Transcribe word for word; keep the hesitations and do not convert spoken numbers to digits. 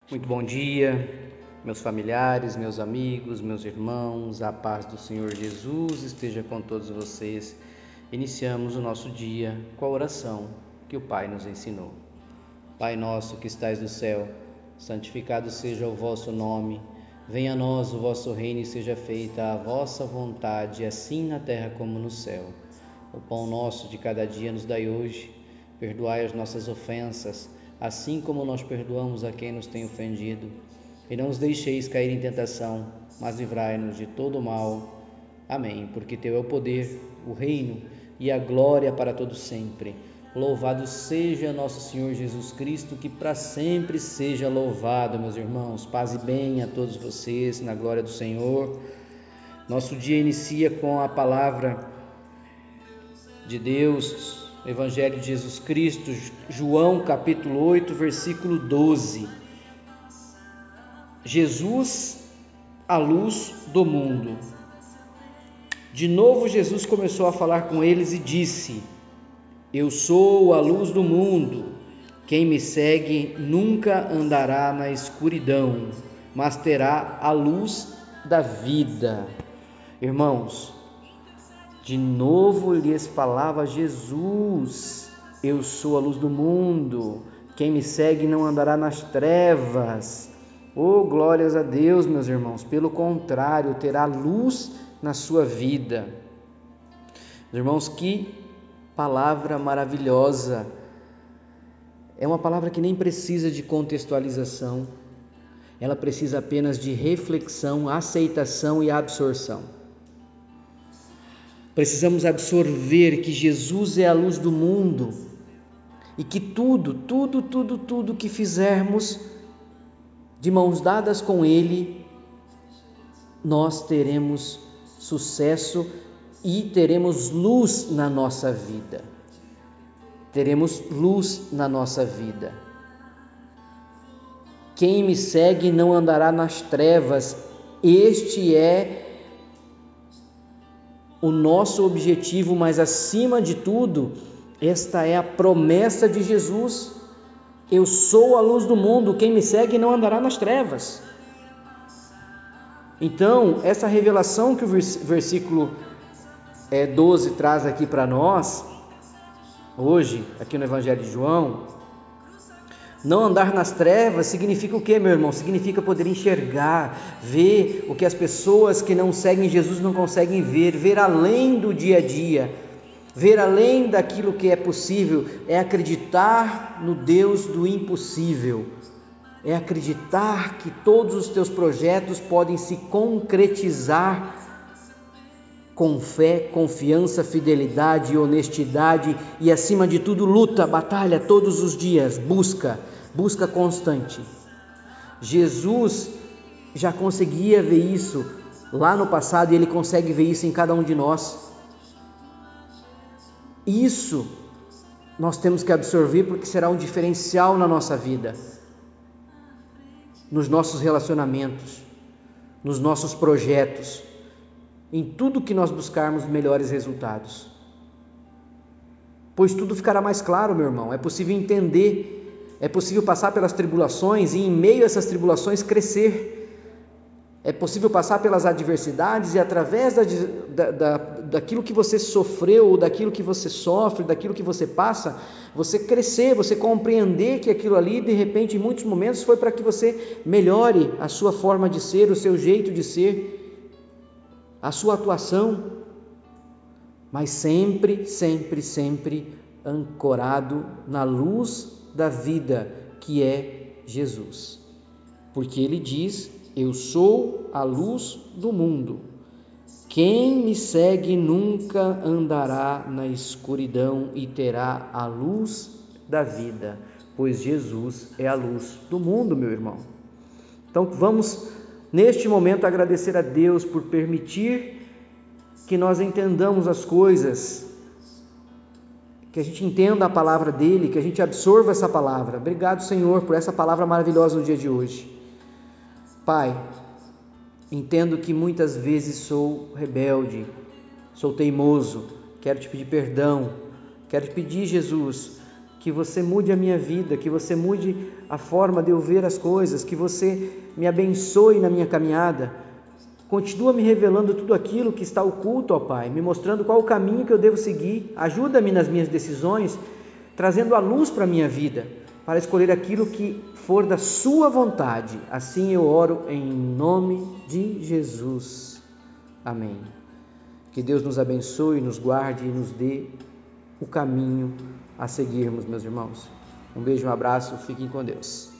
Muito bom dia, meus familiares, meus amigos, meus irmãos, a paz do Senhor Jesus esteja com todos vocês. Iniciamos o nosso dia com a oração que o Pai nos ensinou. Pai nosso que estais no céu, santificado seja o vosso nome. Venha a nós o vosso reino e seja feita a vossa vontade, assim na terra como no céu. O pão nosso de cada dia nos dai hoje. Perdoai as nossas ofensas, assim como nós perdoamos a quem nos tem ofendido. E não os deixeis cair em tentação, mas livrai-nos de todo o mal. Amém. Porque teu é o poder, o reino e a glória para todo sempre. Louvado seja nosso Senhor Jesus Cristo, que para sempre seja louvado, meus irmãos. Paz e bem a todos vocês, na glória do Senhor. Nosso dia inicia com a palavra de Deus, Evangelho de Jesus Cristo, João capítulo oito, versículo doze. Jesus, a luz do mundo. De novo Jesus começou a falar com eles e disse: Eu sou a luz do mundo. Quem me segue nunca andará na escuridão, mas terá a luz da vida. Irmãos, de novo lhes falava Jesus: Eu sou a luz do mundo. Quem me segue não andará nas trevas. Oh, glórias a Deus, meus irmãos. Pelo contrário, terá luz na sua vida. Meus irmãos, que palavra maravilhosa. É uma palavra que nem precisa de contextualização. Ela precisa apenas de reflexão, aceitação e absorção. Precisamos absorver que Jesus é a luz do mundo e que tudo, tudo, tudo, tudo que fizermos de mãos dadas com Ele, nós teremos sucesso e teremos luz na nossa vida. Teremos luz na nossa vida. Quem me segue não andará nas trevas. Este é o nosso objetivo, mas acima de tudo, esta é a promessa de Jesus. Eu sou a luz do mundo, quem me segue não andará nas trevas. Então, essa revelação que o versículo doze traz aqui para nós, hoje, aqui no Evangelho de João, não andar nas trevas significa o quê, meu irmão? Significa poder enxergar, ver o que as pessoas que não seguem Jesus não conseguem ver, ver além do dia a dia, ver além daquilo que é possível, é acreditar no Deus do impossível, é acreditar que todos os teus projetos podem se concretizar com fé, confiança, fidelidade, honestidade e, acima de tudo, luta, batalha todos os dias, busca, busca constante. Jesus já conseguia ver isso lá no passado e Ele consegue ver isso em cada um de nós. Isso nós temos que absorver porque será um diferencial na nossa vida, nos nossos relacionamentos, nos nossos projetos, em tudo que nós buscarmos melhores resultados. Pois tudo ficará mais claro, meu irmão. É possível entender, é possível passar pelas tribulações e em meio a essas tribulações crescer. É possível passar pelas adversidades e através da, da, daquilo que você sofreu, ou daquilo que você sofre, daquilo que você passa, você crescer, você compreender que aquilo ali, de repente, em muitos momentos, foi para que você melhore a sua forma de ser, o seu jeito de ser, a sua atuação, mas sempre, sempre, sempre ancorado na luz da vida, que é Jesus. Porque Ele diz: Eu sou a luz do mundo. Quem me segue nunca andará na escuridão e terá a luz da vida, pois Jesus é a luz do mundo, meu irmão. Então vamos, neste momento, agradecer a Deus por permitir que nós entendamos as coisas, que a gente entenda a palavra dEle, que a gente absorva essa palavra. Obrigado, Senhor, por essa palavra maravilhosa no dia de hoje. Pai, entendo que muitas vezes sou rebelde, sou teimoso, quero te pedir perdão, quero te pedir, Jesus, que você mude a minha vida, que você mude a forma de eu ver as coisas, que você me abençoe na minha caminhada. Continua me revelando tudo aquilo que está oculto, ó Pai, me mostrando qual o caminho que eu devo seguir. Ajuda-me nas minhas decisões, trazendo a luz para a minha vida, para escolher aquilo que for da sua vontade. Assim eu oro em nome de Jesus. Amém. Que Deus nos abençoe, nos guarde e nos dê o caminho a seguirmos, meus irmãos. Um beijo, um abraço, fiquem com Deus.